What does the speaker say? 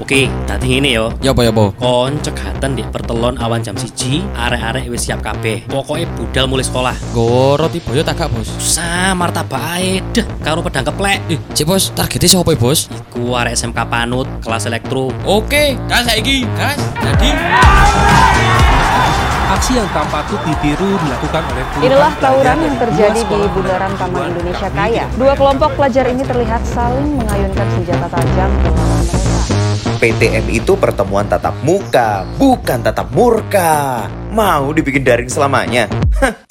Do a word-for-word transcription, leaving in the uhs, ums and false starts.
Oke, tadi ini yo. Ya apa ya apa? Kon cekatan di pertelon awan jam siji, arek-arek wis siap kabeh. Pokoknya budal mulai sekolah. Go roti boyo tak gak, Bos? Usah martabak ae, deh karo pedang keplek. Eh, Cik Bos, targetnya siapa ya, Bos? Iku arek S M K Panut, kelas elektro. Oke, gas saiki, gas. Jadi Aksi yang tak patut ditiru dilakukan oleh puluhan Inilah pelajar tawuran dari yang dua terjadi di sekolah bundaran menengah Taman kejuruan Indonesia Akademi Kaya. Depok. Dua kelompok pelajar ini terlihat saling mengayunkan senjata tajam ke lawan mereka. P T M itu pertemuan tatap muka, bukan tatap murka. Mau dibikin daring selamanya? Hah.